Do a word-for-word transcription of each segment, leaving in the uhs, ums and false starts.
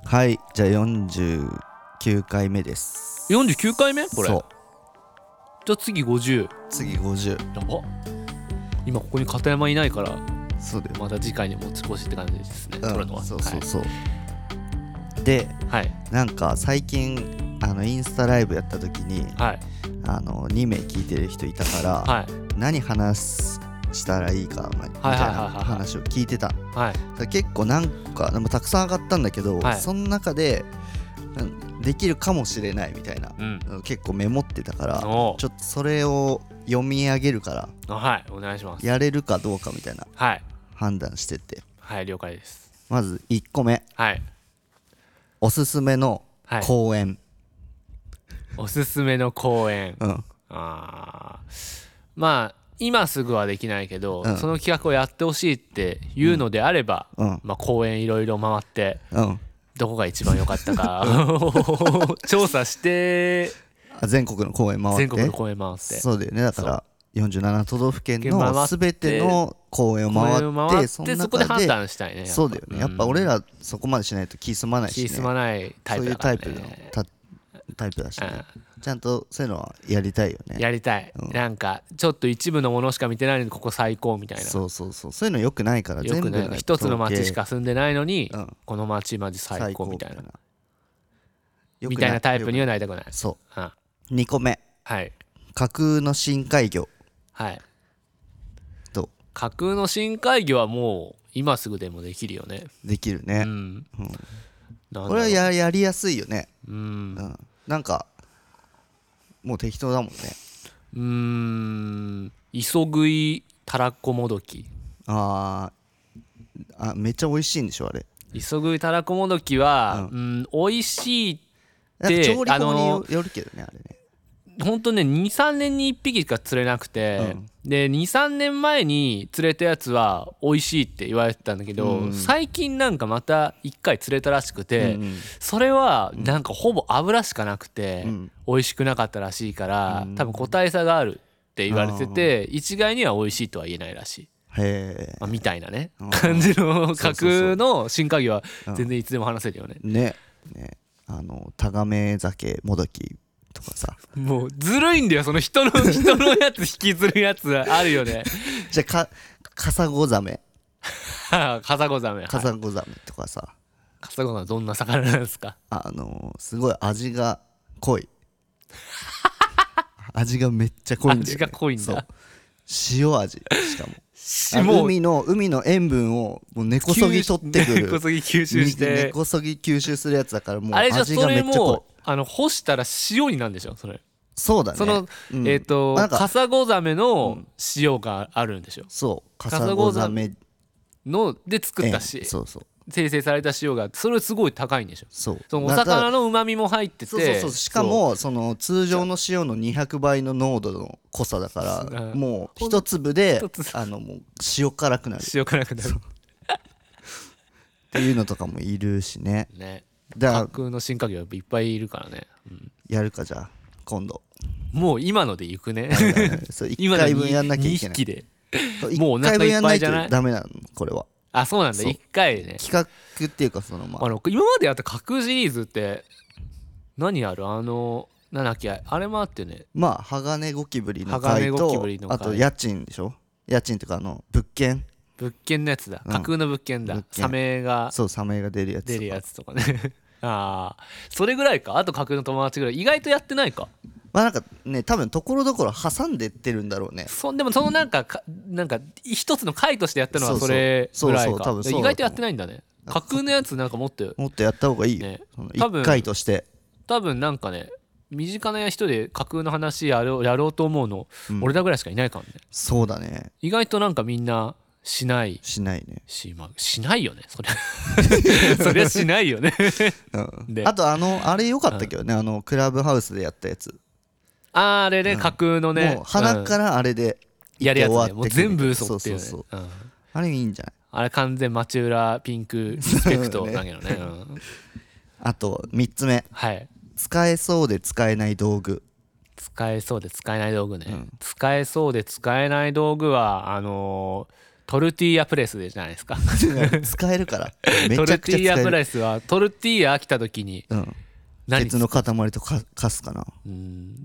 はい、じゃあよんじゅうきゅうかいめです。 よんじゅうきゅうかいめこれ。 そうじゃあ次ごじゅう。 次ごじゅう。 やば。今ここに片山いないからそうだよ。 また次回に持ち越しって感じですね、 うん、 撮るのは。 そうそうそう、はい、で、はい、なんか最近あのインスタライブやった時に、はい、あのにめい聞いてる人いたから、はい、何話したらいいかみたいな話を聞いてた、はい、結構なんかでもたくさん上がったんだけど、はい、その中でできるかもしれないみたいな、うん、結構メモってたからちょっとそれを読み上げるから、 はい、お願いします。 やれるかどうかみたいな判断してて、 はい、はい、了解です。 まずいっこめ、はい、おすすめの公園、 はい、おすすめの公園、うん、あまあ今すぐはできないけど、うん、その企画をやってほしいっていうのであれば、うん、まあ、公園いろいろ回って、うん、どこが一番良かったか調査して全国の公園回って全国の公園回ってそうだよね。だからよんじゅうなな都道府県の全ての公園を回ってその中でそこで判断したいね。 そうだよね。やっぱ俺らそこまでしないと気済まないしね。 気済まないタイプだからね。 そういうタイプのタイプだしね、うん、ちゃんとそういうのはやりたいよね。 やりたい、うん、なんかちょっと一部のものしか見てないのにここ最高みたいな。 そうそうそう、そういうのよくないから。全部の一つの町しか住んでないのに、うん、この町マジ最高みたいなみたいなタイプにはなりたくない。 そう、うん、にこめ、はい、架空の深海魚。はい、どう？ 架空の深海魚はもう今すぐでもできるよね。 できるね、うんうん、これは や, やりやすいよね、うん、うん、なんかもう適当だもんね。 うーん、磯食いたらこもどき。 ああ、めっちゃ美味しいんでしょあれ。 磯食いたらこもどきは、うん、うん、美味しいって、 調理法に よ, よるけどねあれね。 ほんとね にさんねんにいっぴきしか釣れなくて、うん、で にさんねんまえに釣れたやつは美味しいって言われてたんだけど、うん、最近なんかまたいっかい釣れたらしくて、うん、それはなんかほぼ油しかなくて、うん、美味しくなかったらしいから、うん、多分個体差があるって言われてて、うん、一概には美味しいとは言えないらしい。へー、まあ、みたいなね感じの架空の深海魚は全然いつでも話せるよね。 ねね、あのタガメ酒もどきとかさ、 もうずるいんだよその人の人のやつ引きずるやつあるよね。 じゃあかカサゴザメカサゴザメカサゴザメとかさ。 カサゴザメどんな魚なんですか？ あのー、すごい味が濃い味がめっちゃ濃いんだよね。 味が濃いんだ。 塩味しかも海の海の塩分をもう根こそぎ取ってくる。 根こそぎ吸収して根こそぎ吸収するやつだから、もう味がめっちゃ濃い。 あの干したら塩になるんでしょそれ。 そうだね。 その、うん、えっ、ー、とカサゴザメの塩があるんでしょ、うん、 そうカサゴザメので作ったし、 そうそう生成された塩がそれすごい高いんでしょ。そうそのお魚の旨味も入ってて、 そうそうそう、しかもその通常の塩のにひゃくばいの濃度の濃さだから、もう一粒であのもう塩辛くなる塩辛くなるっていうのとかもいるしね。 ね、架空の深海魚いっぱいいるからね、うん、 やるかじゃあ今度。 もう今ので行くね。 いっかいぶんやんなきゃいけない。 にひきでもうお腹いっぱいじゃない？ ダメなのこれは。 あ、そうなんだ。いっかいね企画っていうかその、まあ、 あの今までやった架空シリーズって何ある？あのなんだっけあれもあってね。 まあ鋼ゴキブリの回とあと家賃でしょ。家賃っていうかあの物件物件のやつだ、架空の物件だ、うん、サメがそうサメが出るやつとか出るやつとかねああそれぐらいか。あと架空の友達ぐらい。意外とやってないか。 まあなんかね、多分ところどころ挟んでってるんだろうね。 そでもそのなんかかなんか一つの回としてやったのはそれぐらいか。そうそうそうそう、意外とやってないんだね。架空のやつなんかもっともっとやった方がいいよ、ね、いっかいとして。 多分なんかね身近な人で架空の話やろう、やろうと思うの、うん、俺らぐらいしかいないからね。 そうだね。 意外となんかみんなしないしないねし、まあ、しないよねそれそりゃしないよね、 うん、であとあのあれ良かったけどね、うん、あのクラブハウスでやったやつ。 あ, あれね、うん、架空のね、 もう鼻からあれでやるやつね。もう全部嘘っていうね。 そうそうそう、うん、あれいいんじゃない？ あれ完全町浦ピンクスペクトだけどね、うん、 あとみっつめ、はい、使えそうで使えない道具。 使えそうで使えない道具ね、うん、使えそうで使えない道具はあのー、 トルティーヤプレスでじゃないですか使えるからめトちゃくちゃ使える。 ルティーヤプレスはトルティーヤ飽きた時に、 うん、鉄の塊とかかすかな。うん、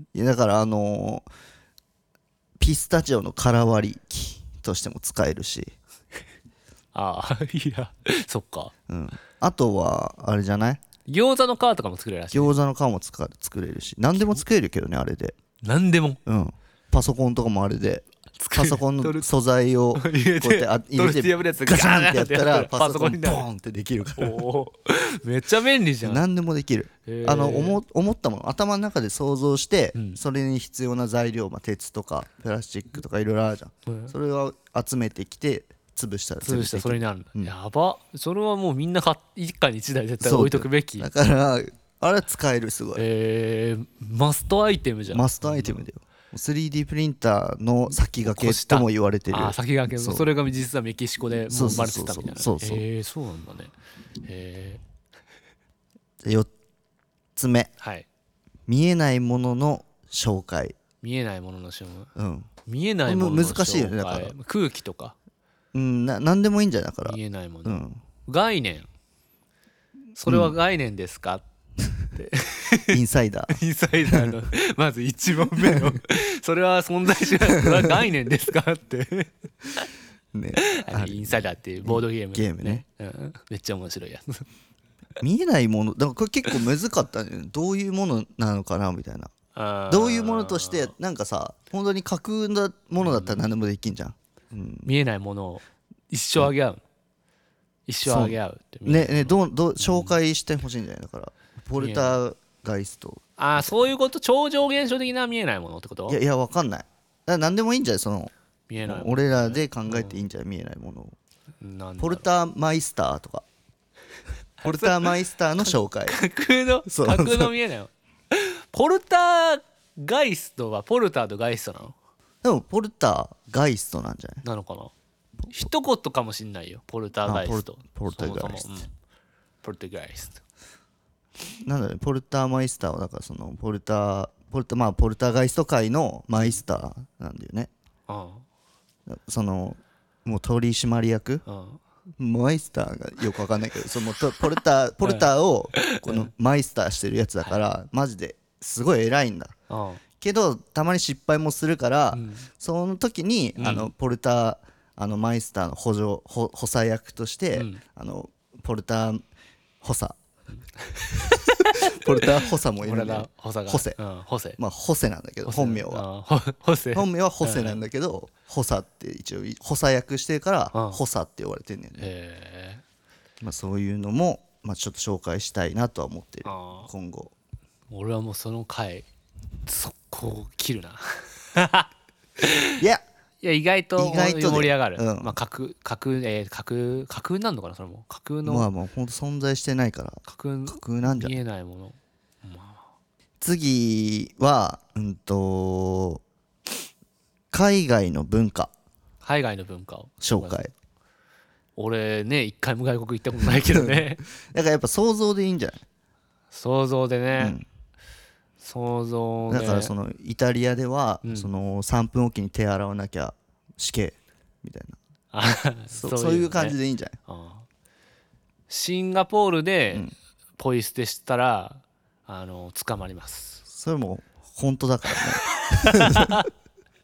いやだからあのー、ピスタチオの殻割り機としても使えるしああいやそっか、 うん、あとはあれじゃない、 餃子の皮とかも作れるらしい、ね、 餃子の皮も作れるし何でも作れるけどねあれで。 何でも、 うん、パソコンとかもあれでパソコンの素材をこうやってあ入れてガシャンってやったらパソコンボーンってできるからおめっちゃ便利じゃん。 何でもできる。あの 思, 思ったもの頭の中で想像して、うん、それに必要な材料、まあ、鉄とかプラスチックとかいろいろあるじゃん、うん、それを集めてきて潰したら潰したらそれになるんだ、うん、やば。それはもうみんな一家に一台絶対置いとくべき。 だからあれは使える。すごい、 えー、マストアイテムじゃん。 マストアイテムだよ。スリーディー プリンターの先駆けとも言われてる。 あ先駆け。 そ, それが実はメキシコでもう生まれてたみたいな。そうそうそうそう。えー、そうなんだね。えー、よっつめ、 はい、 見えないものの紹介。 見えないものの紹介、うん、 見えないものの紹介難しいよね。だから空気とか、 うん、な何でもいいんじゃない。だから見えないもの、うん、概念。それは概念ですか、うん、 インサイダーインサイダーのまずいち問目のそれは存在しない。それは概念ですかってね、インサイダーっていうボードゲーム、ね、 ゲームね、 うん、めっちゃ面白いやつ見えないものだからこれ結構難かったね。どういうものなのかなみたいな。どういうものとしてなんかさ本当に架空なものだったら何でもできんじゃん、 うん、見えないものを一生あげ合う、うん、一生あげ合うってねねどうどう紹介してほしいんじゃない。だからポルターガイスト。 ああそういうこと。超常現象的な見えないものってこと。 いやいやわかんない。だから何でもいいんじゃない。その見えない俺らで考えていいんじゃない、うん、見えないものを。ポルターマイスターとかポルターマイスターの紹介架空の架空の見えないよ。ポルターガイストはポルターとガイストなの。 でもポルターガイストなんじゃないなのかな。一言かもしんないよ。ポルターガイスト。 ポルターガイスト、うん、 ポルターガイストなんだろう。ポルターマイスターはだからそのポルターポルタまあポルターガイスト界のマイスターなんだよね。ああそのもう取締役、ああマイスターがよく分かんないけどそのポルターポルターをこのマイスターしてるやつだからマジですごい偉いんだけどたまに失敗もするからその時にあのポルターあのマイスターの補助補佐役としてあのポルター補佐ポルター補佐もいるんだよ。 補佐補正まあ補正なんだけど本名は本名は補正なんだけど補佐って一応補佐役してるから補佐って呼ばれてんねんね。まあそういうのもまあちょっと紹介したいなとは思ってる今後。 俺はもうその回速攻切るな。 いやいや意外と盛り上がる。うん、まあ架空架空えー、架空架空なんのかなそれも架空のまあまあ本当存在してないから架空架空なんじゃない。 見えないもの、まあ、 次はうんと海外の文化海外の文化を紹介。 俺ね一回も外国行ったことないけどねだからやっぱ想像でいいんじゃない。 想像でね、うん想像ね。 だからそのイタリアでは、うん、そのさんぷんおきに手洗わなきゃ死刑みたいなそ, そう, いう、ね、そういう感じでいいんじゃない。あシンガポールでポイ捨てしたら、うん、あの捕まります。 それも本当だからね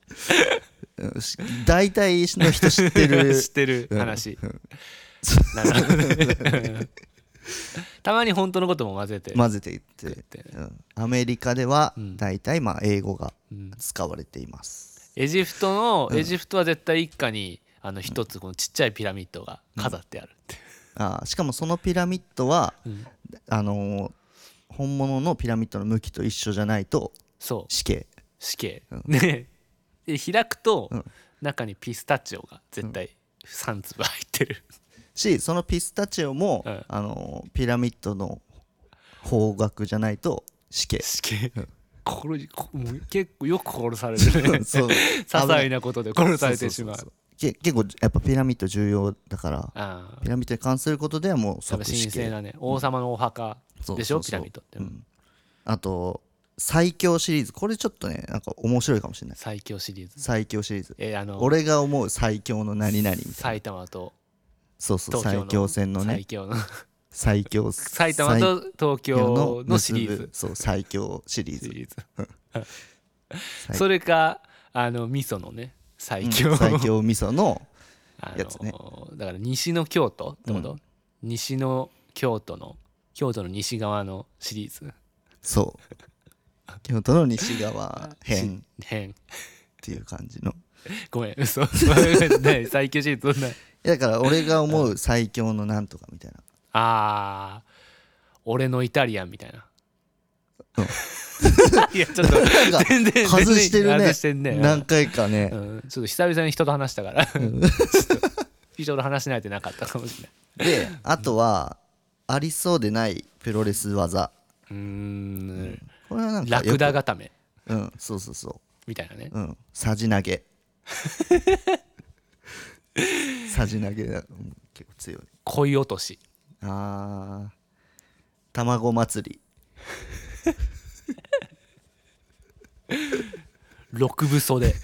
大体の人知ってる知ってる話、うん、なるほどねたまに本当のことも混ぜて混ぜていって、うん、アメリカでは大体まあ英語が使われています、 うん、エジプトの、うん、エジプトは絶対一家にあの一つこのちっちゃいピラミッドが飾ってあるって、 うん、あしかもそのピラミッドは、うん、あのー、本物のピラミッドの向きと一緒じゃないと死刑死刑、うん、ねで開くと、うん、中にピスタチオが絶対さん粒入ってるしそのピスタチオも、うん、あのピラミッドの方角じゃないと死刑死刑、うん、殺結構よく殺されるねそう些細なことで殺されてしまう。そうそうそうそう結構やっぱピラミッド重要だからピラミッドに関することではもう即死刑。 神聖なね王様のお墓でしょ、うん、ピラミッドって、 うん、あと最強シリーズ、これちょっとねなんか面白いかもしれない。 最強シリーズ最強シリーズ、 えー、あの俺が思う最強の何々みたいな。 埼玉とそうそう最強戦のね最強の最強埼玉と東京のシリーズ、 そう最強シリーズ、 シリーズそれかあの味噌のね最強、 うん、最強味噌のやつね、 あのだから西の京都ってこと、うん、西の京都の京都の西側のシリーズ、 そう京都の西側編編っていう感じのごめん嘘最強シリーズどんなだから俺が思う最強のなんとかみたいな、 あー俺のイタリアンみたいな、 うん、 いやちょっと全然外してるね、 外してんね何回かね、 うん、ちょっと久々に人と話したから、うん、ちょっと人と話しないとなかったかもしれないであとはありそうでないプロレス技、 うーんこれはなんかラクダ固め、 うんそうそうそうみたいなね、 うん、さじ投げさじ投げだ、うん、結構強い。 恋落とし、 あー卵祭り六分袖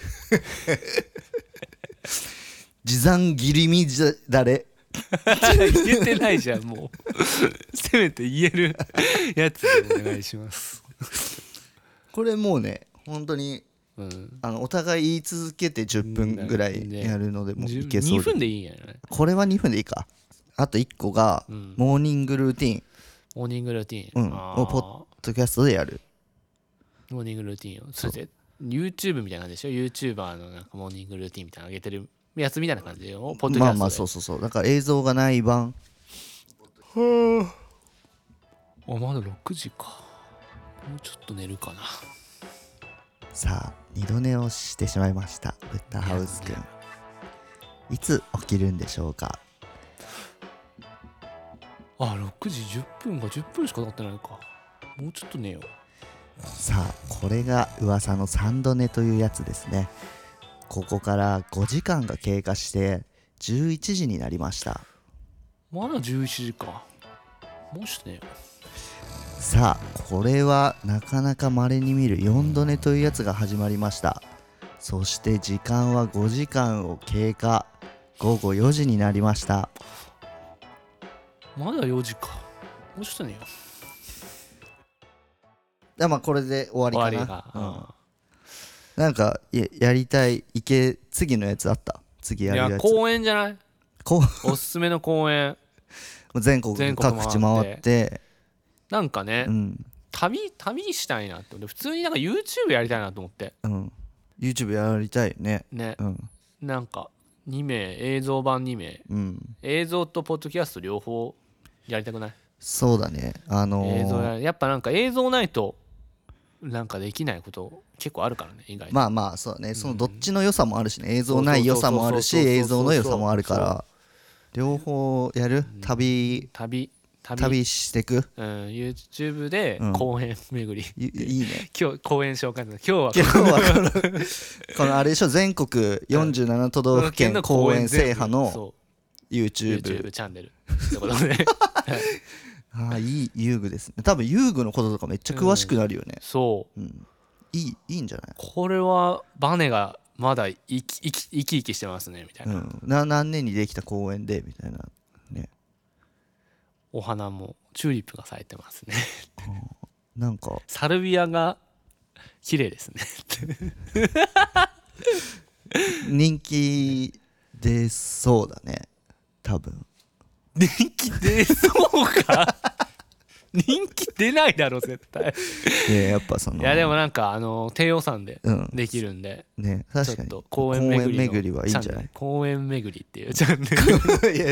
地山切り身だれ言えてないじゃんもうせめて言えるやつでお願いしますこれもうね本当に、うん、あのお互い言い続けてじゅっぷんぐらいやるのでもういけそうで、 にふんでいいんやね。 これはにふんでいいか。あといっこが、うん、モーニングルーティン、 モーニングルーティン、 うん、をポッドキャストでやる。 モーニングルーティンをそれで YouTube みたいな感じでしょ。 YouTuber のなんかモーニングルーティンみたいなの上げてるやつみたいな感じでポッドキャストで、 まあまあそうそうそう、だから映像がない版。 はあ、あまだろくじか、もうちょっと寝るかな。 さあ二度寝をしてしまいましたブッダハウスくん、いつ起きるんでしょうか。 あ、ろくじじゅっぷんがじゅっぷんしか経ってないか、もうちょっと寝よう。 さあこれが噂の三度寝というやつですね。ここからごじかんが経過してじゅういちじになりました。 まだじゅういちじか、もうちょっと寝よう。 さあこれはなかなか稀に見るよんど寝というやつが始まりました。そして時間はごじかんを経過、ごごよじになりました。 まだよじか、もうちょっと寝よう。 まあこれで終わりかな。 終わりか、 うん、なんか や, やりたいいけ次のやつあった？次やるやつ。いや公園じゃない？おすすめの公園全国各地回ってなんかね、 うん、 旅旅したいなって普通になんか YouTube やりたいなと思って、 うん、YouTube やりたいね。 ね、うん、なんかにめい映像版にめい、うん、映像とポッドキャスト両方やりたくない？ そうだね、あのー、 映像ややっぱなんか映像ないとなんかできないこと結構あるからね、意外と。 まあまあそうだね、そのどっちの良さもあるしね、映像ない良さもあるし映像の良さもあるから両方やる。旅旅旅, 旅してく、 うん、YouTube で公園巡り、 うん、い, いいね。 今日公園紹介する。今日は今日はこのこのあれでしょ、全国よんじゅうなな都道府県公園制覇の YouTube, YouTube チャンネルってことでああいい遊具ですね。多分遊具のこととかめっちゃ詳しくなるよね、うん、 そう、 うん、いいいいんじゃない。 これはバネがまだ生き生き生き生きしてますねみたいな、うん、 な何年にできた公園でみたいなね。 お花もチューリップが咲いてますねなんかサルビアが綺麗ですね人気出そうだね多分。 人気出そうか人気出ないだろ絶対。 いややっぱそのいやでもなんかあの低予算でできるんで、 うん、ね確かにちょっと公園巡りの公園巡りはいいんじゃない。 公園巡りっていうチャンネルいや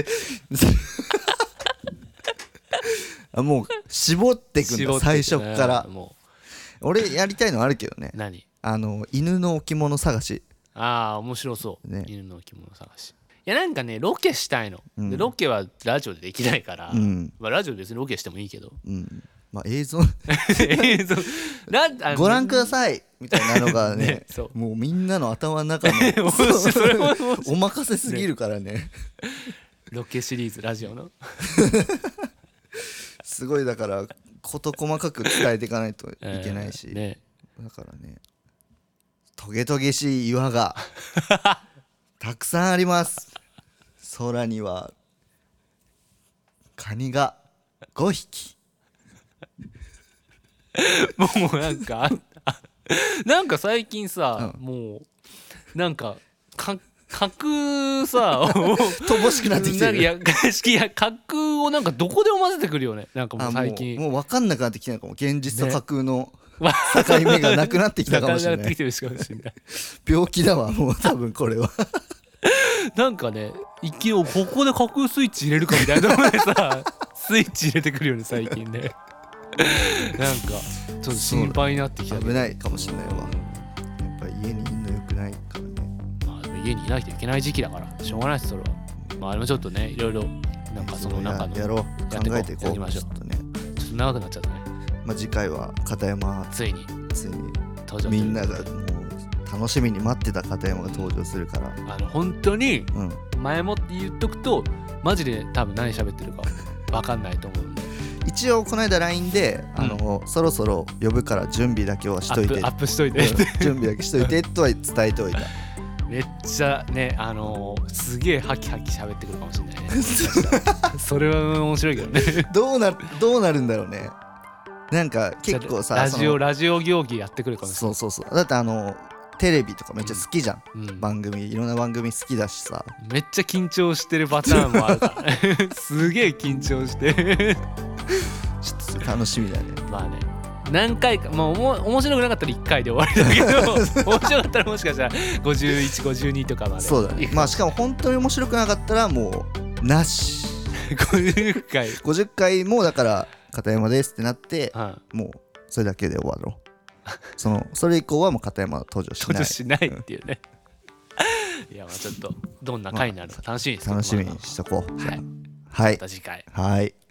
あもう絞ってくんだ最初っから。もう俺やりたいのあるけどね。 何？ あの犬の置物探し。 ああ面白そう、ね、犬の置物探し。いやなんかねロケしたいの、うん、でロケはラジオでできないから、うんまあ、ラジオで別にロケしてもいいけど、うんまあ、映像映像ラご覧くださいみたいなのが ね, ねもうみんなの頭の中のお任せすぎるから ね, ねロケシリーズラジオのすごいだから事細かく伝えていかないといけないし、えーね、だからねトゲトゲしい岩がたくさんあります。空にはカニがごひきもうなんかなんか最近さ、うん、もうなんかか架空さ乏しくなってきてる。 いや架空をなんかどこでも混ぜてくるよね。なんかもう最近もう、もう分かんなくなってきてるかも。現実と架空の境目がなくなってきたかもしれない。病気だわもう多分これはなんかね一気にここで架空スイッチ入れるかみたいなところでさスイッチ入れてくるよね最近ね。なんかちょっと心配になってきた。 危ないかもしれないわ。やっぱり家にいるのよくないからね。 まあ家にいないといけない時期だからしょうがないですそれは。まあでもちょっとねいろいろなんかその中のやろう考えていこう。 やりましょう。ちょっとねちょっと長くなっちゃったね。 まあ次回は片山ついについに登場。みんながもう楽しみに待ってた片山が登場するから。 あの本当に前もって言っとくとマジで多分何喋ってるか分かんないと思うんで。 一応この間 ライン で、うん、あのそろそろ呼ぶから準備だけはしといてアップしといて準備だけしといてとは伝えておいた。 めっちゃねあのー、すげえハキハキ喋ってくるかもしれないねそれは面白いけどねどうなどうなるんだろうね。なんか結構さラジオラジオ行儀やってくるかもしれない。 そうそうそう。だってあのテレビとかめっちゃ好きじゃん、うん、番組いろんな番組好きだしさ。 めっちゃ緊張してるパターンもあるからすげえ緊張してちょっと楽しみだね。 まあね何回かもう面白くなかったらいっかいで終わりだけど面白かったらもしかしたらごじゅういち、ごじゅうにとかまで。 そうだね。まあしかも本当に面白くなかったらもうなしごじゅっかいごじゅっかいもだから片山ですってなって、 はい、もうそれだけで終わろうそのそれ以降はもう片山登場しない登場しないっていうねいやまあちょっとどんな回になるか楽しみにしとこう。 楽しみにしとこう。 はい、 はい、 また次回。 はい。